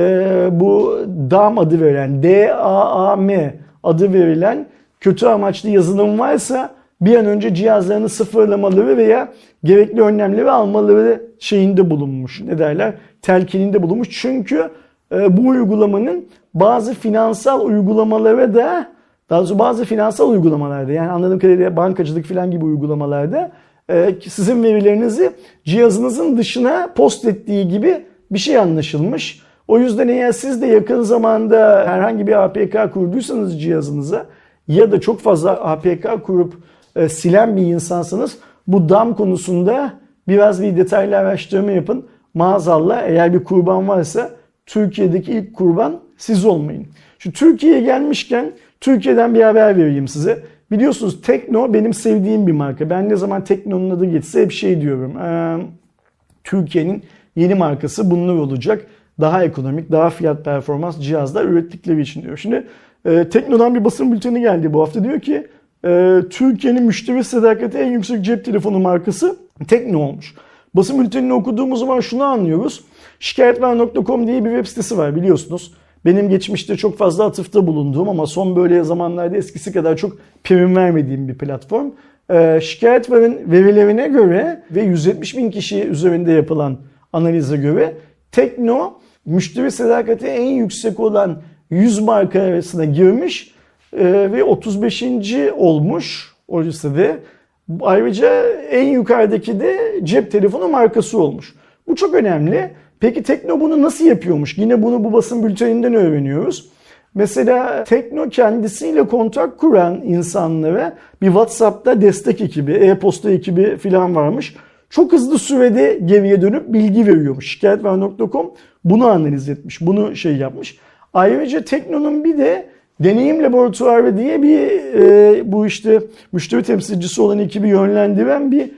e, bu D A M adı verilen, D A A M adı verilen kötü amaçlı yazılım varsa bir an önce cihazlarını sıfırlamaları veya gerekli önlemleri almaları şeyinde bulunmuş. Ne derler? Telkininde bulunmuş. Çünkü e, bu uygulamanın bazı finansal uygulamalara da, daha doğrusu bazı finansal uygulamalarda, yani anladığım kadarıyla bankacılık falan gibi uygulamalarda e, sizin verilerinizi cihazınızın dışına post ettiği gibi bir şey anlaşılmış. O yüzden eğer siz de yakın zamanda herhangi bir A P K kurduysanız cihazınıza ya da çok fazla A P K kurup e, silen bir insansanız bu D A M konusunda biraz bir detaylı araştırma yapın. Maazallah eğer bir kurban varsa Türkiye'deki ilk kurban siz olmayın. Şu Türkiye'ye gelmişken Türkiye'den bir haber vereyim size. Biliyorsunuz Tekno benim sevdiğim bir marka. Ben ne zaman Tekno'nun adı geçse hep şey diyorum. Ee, Türkiye'nin yeni markası bunlar olacak. Daha ekonomik, daha fiyat performans cihazlar ürettikleri için diyor. Şimdi e, Tekno'dan bir basın bülteni geldi bu hafta. Diyor ki e, Türkiye'nin müşteri sadakati en yüksek cep telefonu markası Tekno olmuş. Basın bültenini okuduğumuz zaman şunu anlıyoruz. Şikayetler nokta com diye bir web sitesi var biliyorsunuz. Benim geçmişte çok fazla atıfta bulunduğum ama son böyle zamanlarda eskisi kadar çok prim vermediğim bir platform. Ee, Şikayetlerin verilerine göre ve yüz yetmiş bin kişi üzerinde yapılan analize göre Tekno müşteri sadakati en yüksek olan yüz marka arasına girmiş e, ve otuz beşinci olmuş o listede. Ayrıca en yukarıdaki de cep telefonu markası olmuş. Bu çok önemli. Peki Tekno bunu nasıl yapıyormuş? Yine bunu bu basın bülteninden öğreniyoruz. Mesela Tekno kendisiyle kontak kuran insanlara bir WhatsApp'ta destek ekibi, e-posta ekibi falan varmış. Çok hızlı sürede geriye dönüp bilgi veriyormuş. Şikayetver nokta com bunu analiz etmiş, bunu şey yapmış. Ayrıca Tekno'nun bir de deneyim laboratuvarı diye bir e, bu işte müşteri temsilcisi olan ekibi yönlendiren bir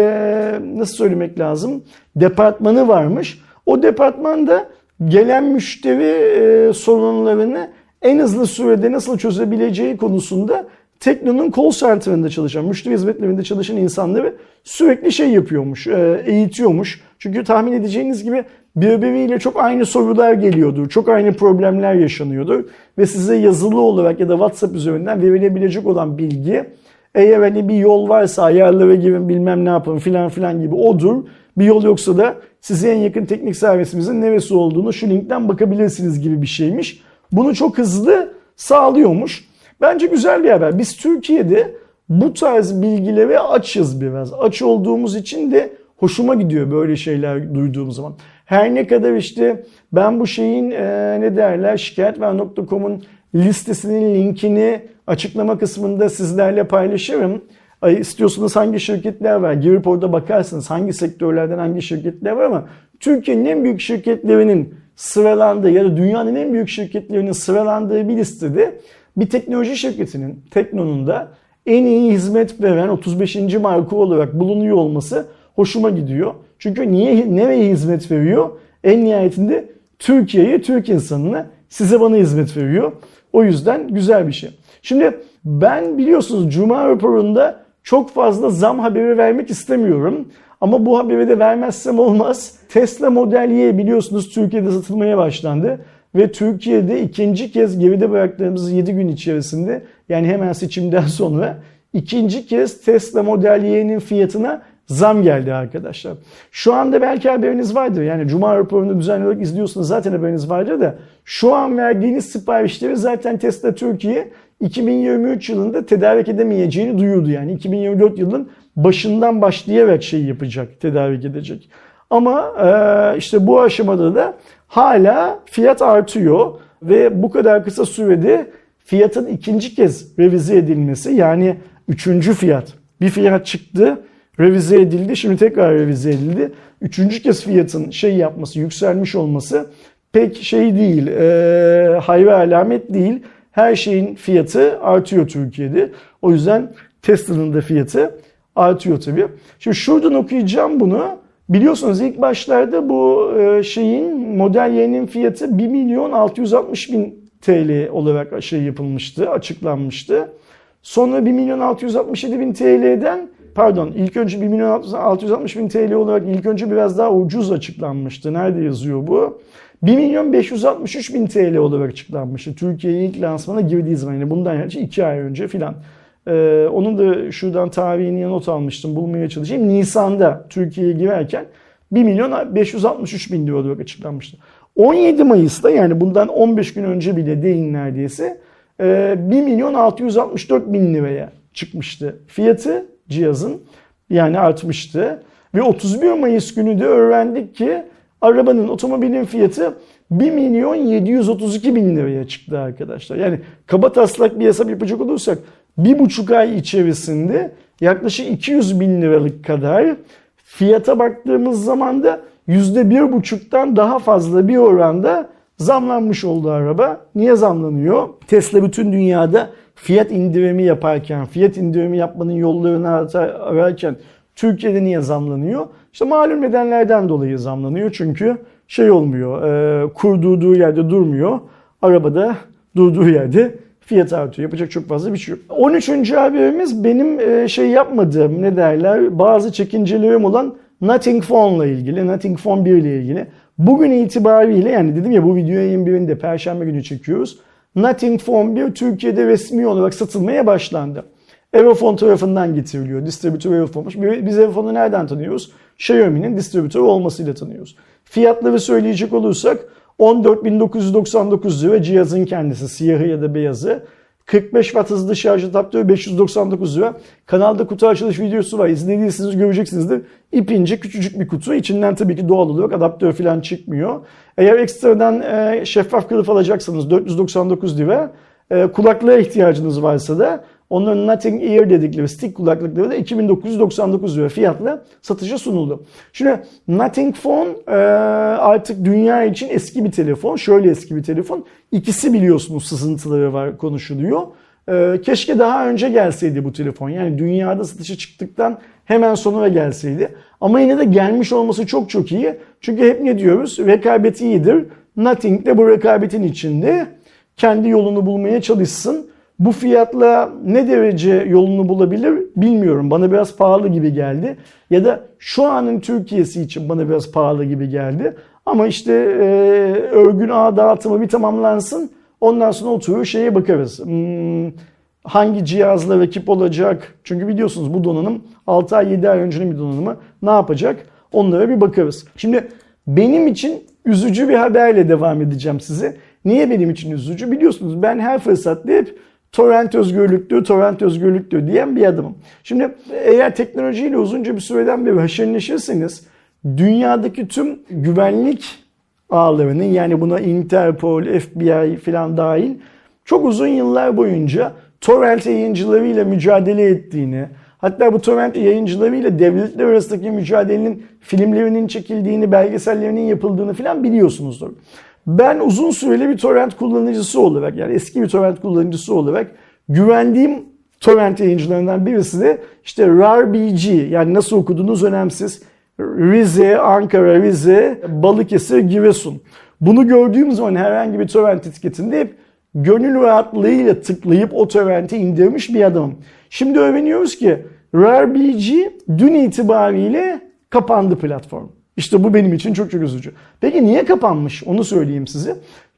e, nasıl söylemek lazım departmanı varmış. O departmanda gelen müşteri e, sorunlarını en hızlı sürede nasıl çözebileceği konusunda Tekno'nun call center'ında çalışan, müşteri hizmetlerinde çalışan insanları sürekli şey yapıyormuş, eğitiyormuş. Çünkü tahmin edeceğiniz gibi birbiriyle çok aynı sorular geliyordur, çok aynı problemler yaşanıyordur. Ve size yazılı olarak ya da WhatsApp üzerinden verilebilecek olan bilgi, eğer hani bir yol varsa ayarlara girin bilmem ne yapın filan filan gibi odur. Bir yol yoksa da size en yakın teknik servisimizin neresi olduğunu şu linkten bakabilirsiniz gibi bir şeymiş. Bunu çok hızlı sağlıyormuş. Bence güzel bir haber. Biz Türkiye'de bu tarz bilgilere açız biraz. Aç olduğumuz için de hoşuma gidiyor böyle şeyler duyduğum zaman. Her ne kadar işte ben bu şeyin e, ne derler şikayetver nokta com'un listesinin linkini açıklama kısmında sizlerle paylaşırım. Ay, istiyorsanız hangi şirketler var? Girip orada bakarsınız hangi sektörlerden hangi şirketler var ama Türkiye'nin en büyük şirketlerinin sıralandığı ya da dünyanın en büyük şirketlerinin sıralandığı bir listede bir teknoloji şirketinin, Tekno'nun da en iyi hizmet veren otuz beşinci marka olarak bulunuyor olması hoşuma gidiyor. Çünkü niye, nereye hizmet veriyor? En nihayetinde Türkiye'ye, Türk insanına, size bana hizmet veriyor. O yüzden güzel bir şey. Şimdi ben biliyorsunuz Cuma raporunda çok fazla zam haberi vermek istemiyorum. Ama bu haberi de vermezsem olmaz. Tesla Model Y biliyorsunuz Türkiye'de satılmaya başlandı. Ve Türkiye'de ikinci kez geride bıraktığımız yedi gün içerisinde yani hemen seçimden sonra ikinci kez Tesla Model Y'nin fiyatına zam geldi arkadaşlar. Şu anda belki haberiniz vardır. Yani Cuma raporunu düzenli olarak izliyorsunuz zaten haberiniz vardır da şu an verdiğiniz siparişleri zaten Tesla Türkiye iki bin yirmi üç yılında tedarik edemeyeceğini duyurdu. Yani iki bin yirmi dört yılının başından başlayarak şey yapacak, tedarik edecek. Ama işte bu aşamada da hala fiyat artıyor ve bu kadar kısa sürede fiyatın ikinci kez revize edilmesi yani üçüncü fiyat. Bir fiyat çıktı, revize edildi, şimdi tekrar revize edildi. Üçüncü kez fiyatın şey yapması, yükselmiş olması pek şey değil, e, hayra alamet değil. Her şeyin fiyatı artıyor Türkiye'de. O yüzden Tesla'nın da fiyatı artıyor tabii. Şimdi şuradan okuyacağım bunu. Biliyorsunuz ilk başlarda bu şeyin Model Y'nin fiyatı bir milyon altı yüz altmış bin T L olarak şey yapılmıştı, açıklanmıştı. Sonra bir milyon altı yüz altmış yedi bin T L'den pardon ilk önce bir milyon altı yüz altmış bin T L olarak ilk önce biraz daha ucuz açıklanmıştı. Nerede yazıyor bu? bir milyon beş yüz altmış üç bin T L olarak açıklanmıştı. Türkiye'ye ilk lansmana girdiği zaman yani bundan önce iki ay önce filan. Ee, onun da şuradan tarihini not almıştım. Bulmaya çalışayım. Nisan'da Türkiye'ye girerken bir milyon beş yüz altmış üç bin lira olarak açıklanmıştı. on yedi Mayıs'ta yani bundan on beş gün önce bile değil neredeyse bir milyon altı yüz altmış dört bin liraya çıkmıştı fiyatı cihazın. Yani artmıştı. Ve otuz bir Mayıs günü de öğrendik ki arabanın, otomobilin fiyatı bir milyon yedi yüz otuz iki bin liraya çıktı arkadaşlar. Yani kaba taslak bir hesap yapacak olursak bir buçuk ay içerisinde yaklaşık iki yüz bin liralık kadar fiyata baktığımız zaman da yüzde bir buçuktan daha fazla bir oranda zamlanmış oldu araba. Niye zamlanıyor? Tesla bütün dünyada fiyat indirimi yaparken, fiyat indirimi yapmanın yollarını ararken Türkiye'de niye zamlanıyor? İşte malum nedenlerden dolayı zamlanıyor. Çünkü şey olmuyor, e, kur durduğu yerde durmuyor. Arabada durduğu yerde fiyat artıyor. Yapacak çok fazla bir şey yok. on üçüncü haberimiz benim e, şey yapmadığım ne derler bazı çekincelerim olan Nothing Phone ile ilgili. Nothing Phone bir ile ilgili. Bugün itibariyle yani dedim ya bu videoyu yirmi birinde Perşembe günü çekiyoruz. Nothing Phone bir Türkiye'de resmi olarak satılmaya başlandı. Everphone tarafından getiriliyor. Distribütör Everphone'muş. Biz Everphone'u nereden tanıyoruz? Xiaomi'nin distribütörü olmasıyla tanıyoruz. Fiyatları söyleyecek olursak on dört bin dokuz yüz doksan dokuz lira cihazın kendisi, siyahı ya da beyazı. kırk beş watt hızlı şarj adaptörü beş yüz doksan dokuz lira. Kanalda kutu açılış videosu var. İzlediyseniz göreceksinizdir. İp ince küçücük bir kutu. İçinden tabii ki doğal olarak adaptör falan çıkmıyor. Eğer ekstradan e, şeffaf kılıf alacaksanız dört yüz doksan dokuz lira. E, kulaklığa ihtiyacınız varsa da onların Nothing Ear dedikleri stick kulaklıkları da iki bin dokuz yüz doksan dokuz lira fiyatla satışa sunuldu. Şimdi Nothing Phone e, artık dünya için eski bir telefon. Şöyle eski bir telefon. İkisi biliyorsunuz sızıntıları var, konuşuluyor. E, keşke daha önce gelseydi bu telefon. Yani dünyada satışa çıktıktan hemen sonra gelseydi. Ama yine de gelmiş olması çok çok iyi. Çünkü hep ne diyoruz? Rekabet iyidir. Nothing de bu rekabetin içinde kendi yolunu bulmaya çalışsın. Bu fiyatla ne derece yolunu bulabilir bilmiyorum. Bana biraz pahalı gibi geldi. Ya da şu anın Türkiye'si için bana biraz pahalı gibi geldi. Ama işte e, örgün ağ dağıtımı bir tamamlansın. Ondan sonra oturur şeye bakarız. Hmm, hangi cihazla rakip olacak? Çünkü biliyorsunuz bu donanım altı ay yedi ay öncenin bir donanımı. Ne yapacak? Onlara bir bakarız. Şimdi benim için üzücü bir haberle devam edeceğim size. Niye benim için üzücü? Biliyorsunuz ben her fırsatta hep torrent özgürlüktür, torrent özgürlüktür diyen bir adamım. Şimdi eğer teknolojiyle uzunca bir süreden beri haşır neşirseniz dünyadaki tüm güvenlik ağlarının, yani buna Interpol, F B I falan dahil çok uzun yıllar boyunca torrent yayıncılarıyla mücadele ettiğini, hatta bu torrent yayıncılarıyla devletler arasındaki mücadelenin filmlerinin çekildiğini, belgesellerinin yapıldığını falan biliyorsunuzdur. Ben uzun süreli bir torrent kullanıcısı olarak, yani eski bir torrent kullanıcısı olarak güvendiğim torrent yayıncılarından birisi de işte R A R B G, yani nasıl okuduğunuz önemsiz. Rize, Ankara, Rize, Balıkesir, Giresun. Bunu gördüğüm zaman herhangi bir torrent etiketinde hep gönül rahatlığıyla tıklayıp o torrenti indirmiş bir adamım. Şimdi öğreniyoruz ki R A R B G dün itibariyle kapandı platform. İşte bu benim için çok çok üzücü. Peki niye kapanmış? Onu söyleyeyim size.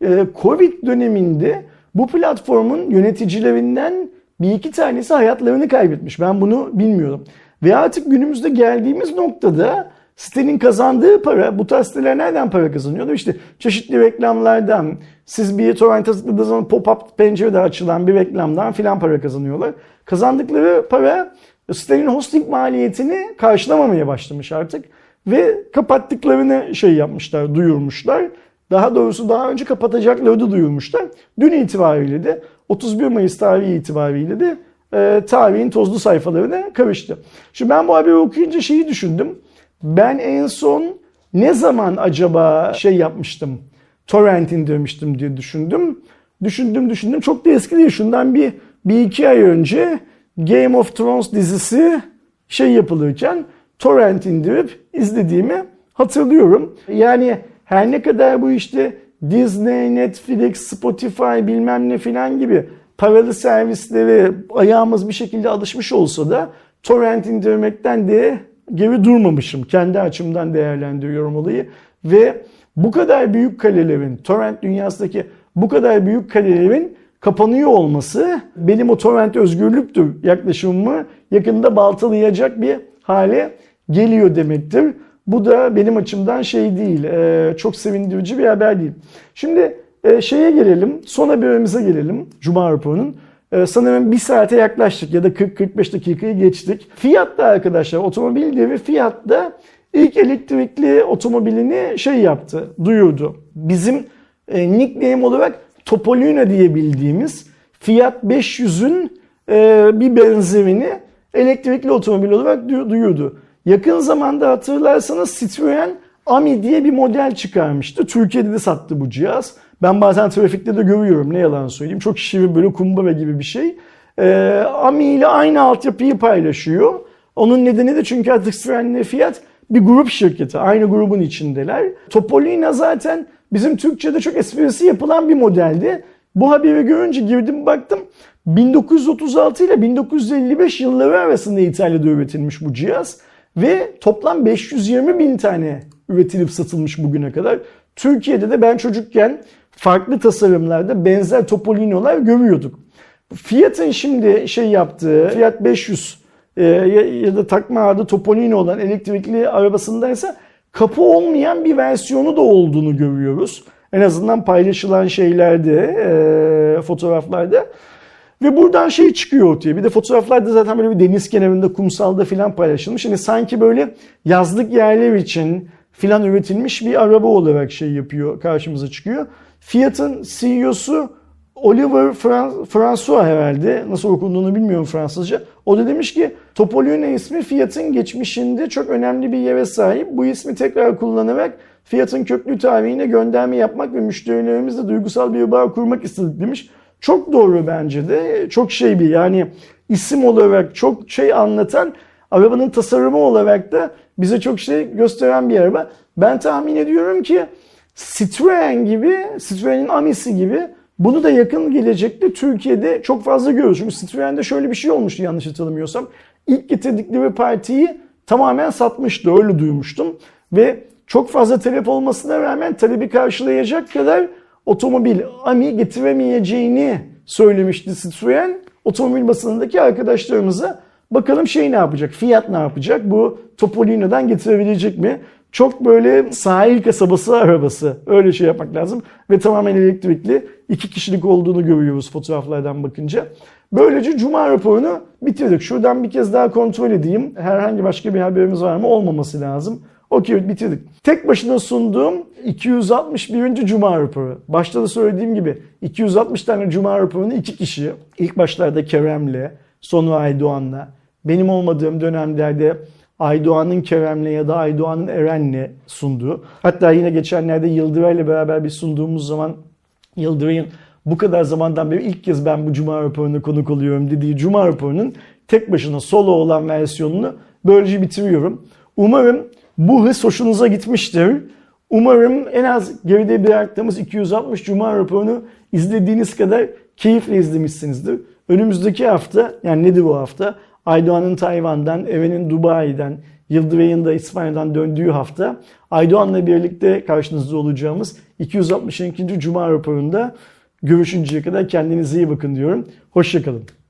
Covid döneminde bu platformun yöneticilerinden bir iki tanesi hayatlarını kaybetmiş. Ben bunu bilmiyorum. Ve artık günümüzde geldiğimiz noktada sitenin kazandığı para, bu tarz siteler nereden para kazanıyordu? İşte çeşitli reklamlardan, siz bir torrent tıkladığınız zaman pop-up pencerede açılan bir reklamdan filan para kazanıyorlar. Kazandıkları para sitenin hosting maliyetini karşılamamaya başlamış artık. Ve kapattıklarını şey yapmışlar, duyurmuşlar. Daha doğrusu daha önce kapatacakları da duyurmuşlar. Dün itibariyle de otuz bir Mayıs tarihi itibariyle de e, tarihin tozlu sayfalarına karıştı. Şimdi ben bu haberi okuyunca şeyi düşündüm. Ben en son ne zaman acaba şey yapmıştım, torrent indirmiştim diye düşündüm. Düşündüm düşündüm çok da eski değil. Şundan bir, bir iki ay önce Game of Thrones dizisi şey yapılırken torrent indirip izlediğimi hatırlıyorum. Yani her ne kadar bu işte Disney, Netflix, Spotify bilmem ne filan gibi paralı servislere ayağımız bir şekilde alışmış olsa da torrent indirmekten de geri durmamışım. Kendi açımdan değerlendiriyorum olayı. Ve bu kadar büyük kalelerin, torrent dünyasındaki bu kadar büyük kalelerin kapanıyor olması benim o torrent özgürlüktür yaklaşımımı yakında baltalayacak bir hale geliyor demektir. Bu da benim açımdan şey değil, çok sevindirici bir haber değil. Şimdi şeye gelelim, son haberimize gelelim, Cuma raporunun. Sanırım bir saate yaklaştık ya da kırk kırk beş dakikayı geçtik. Fiat da arkadaşlar, otomobil devi Fiat da ilk elektrikli otomobilini şey yaptı, duyurdu. Bizim nickname olarak Topolino diye bildiğimiz Fiat beş yüzün bir benzerini elektrikli otomobil olarak duyurdu. Yakın zamanda hatırlarsanız Citroen Ami diye bir model çıkarmıştı. Türkiye'de de sattı bu cihaz. Ben bazen trafikte de görüyorum, ne yalan söyleyeyim. Çok şirin, böyle kumbara gibi bir şey. Ee, Ami ile aynı altyapıyı paylaşıyor. Onun nedeni de çünkü artık Citroen ile Fiat bir grup şirketi. Aynı grubun içindeler. Topolino zaten bizim Türkçe'de çok esprisi yapılan bir modeldi. Bu haberi görünce girdim baktım. bin dokuz yüz otuz altı ile bin dokuz yüz elli beş yılları arasında İtalya'da üretilmiş bu cihaz. Ve toplam beş yüz yirmi bin tane üretilip satılmış bugüne kadar. Türkiye'de de ben çocukken farklı tasarımlarda benzer Topolino'lar görüyorduk. Fiat'ın şimdi şey yaptığı Fiat beş yüz e, ya, ya da takma adı Topolino olan elektrikli arabasındaysa kapı olmayan bir versiyonu da olduğunu görüyoruz. En azından paylaşılan şeylerde, e, fotoğraflarda. Ve buradan şey çıkıyor ortaya. Bir de fotoğraflarda zaten böyle bir deniz kenarında, kumsalda filan paylaşılmış. Yani sanki böyle yazlık yerler için filan üretilmiş bir araba olarak şey yapıyor, karşımıza çıkıyor. Fiat'ın C E O'su Oliver François herhalde, nasıl okunduğunu bilmiyorum Fransızca. O da demiş ki Topolino ismi Fiat'ın geçmişinde çok önemli bir yere sahip. Bu ismi tekrar kullanarak Fiat'ın köklü tarihine gönderme yapmak ve müşterilerimizle duygusal bir bağ kurmak istedik demiş. Çok doğru bence de. Çok şey bir yani isim olarak çok şey anlatan, arabanın tasarımı olarak da bize çok şey gösteren bir araba. Ben tahmin ediyorum ki Citroen gibi, Citroen'in Ami'si gibi bunu da yakın gelecekte Türkiye'de çok fazla görürüz. Çünkü Citroen'de şöyle bir şey olmuştu yanlış hatırlamıyorsam. İlk getirdikleri partiyi tamamen satmıştı, öyle duymuştum. Ve çok fazla talep olmasına rağmen talebi karşılayacak kadar otomobil Ami getiremeyeceğini söylemişti Citroen. Otomobil basınındaki arkadaşlarımıza bakalım şey ne yapacak, Fiat ne yapacak, bu Topolino'dan getirebilecek mi? Çok böyle sahil kasabası arabası, öyle şey yapmak lazım. Ve tamamen elektrikli, iki kişilik olduğunu görüyoruz fotoğraflardan bakınca. Böylece Cuma raporunu bitirdik. Şuradan bir kez daha kontrol edeyim. Herhangi başka bir haberimiz var mı? Olmaması lazım. Okey, bitirdik. Tek başına sunduğum iki yüz altmış birinci Cuma raporu. Başta da söylediğim gibi iki yüz altmış tane Cuma raporunu iki kişi. İlk başlarda Kerem'le, sonra Aydoğan'la. Benim olmadığım dönemlerde Aydoğan'ın Kerem'le ya da Aydoğan'ın Eren'le sunduğu. Hatta yine geçenlerde Yıldıray'la beraber bir sunduğumuz zaman Yıldıray'ın bu kadar zamandan beri ilk kez ben bu Cuma raporuna konuk oluyorum dediği Cuma raporunun tek başına solo olan versiyonunu böylece bitiriyorum. Umarım bu hız hoşunuza gitmiştir. Umarım en az geride bıraktığımız iki yüz altmış Cuma raporunu izlediğiniz kadar keyifle izlemişsinizdir. Önümüzdeki hafta, yani nedir bu hafta? Aydoğan'ın Tayvan'dan, Eren'in Dubai'den, Yıldıray'ın da İspanya'dan döndüğü hafta Aydoğan'la birlikte karşınızda olacağımız iki yüz altmış ikinci Cuma raporunda görüşünceye kadar kendinize iyi bakın diyorum. Hoşça kalın.